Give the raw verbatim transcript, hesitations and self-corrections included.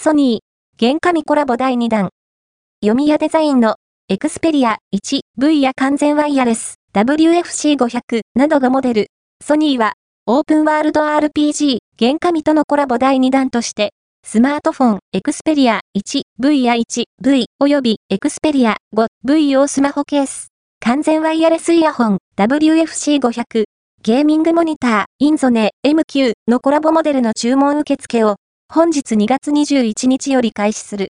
ソニー、原神コラボだいにだん。読みやデザインのエクスペリア ワンブイ や完全ワイヤレス ダブリューエフシーごひゃく などがモデル。ソニーはオープンワールド アールピージー 原神とのコラボだいにだんとして、スマートフォンエクスペリア ワンブイ や ワンブイ 及びエクスペリア ごブイ 用スマホケース、完全ワイヤレスイヤホン ダブリューエフシーごひゃく、ゲーミングモニターインゾネ エムキュー のコラボモデルの注文受付を本日にがつにじゅういちにちより開始する。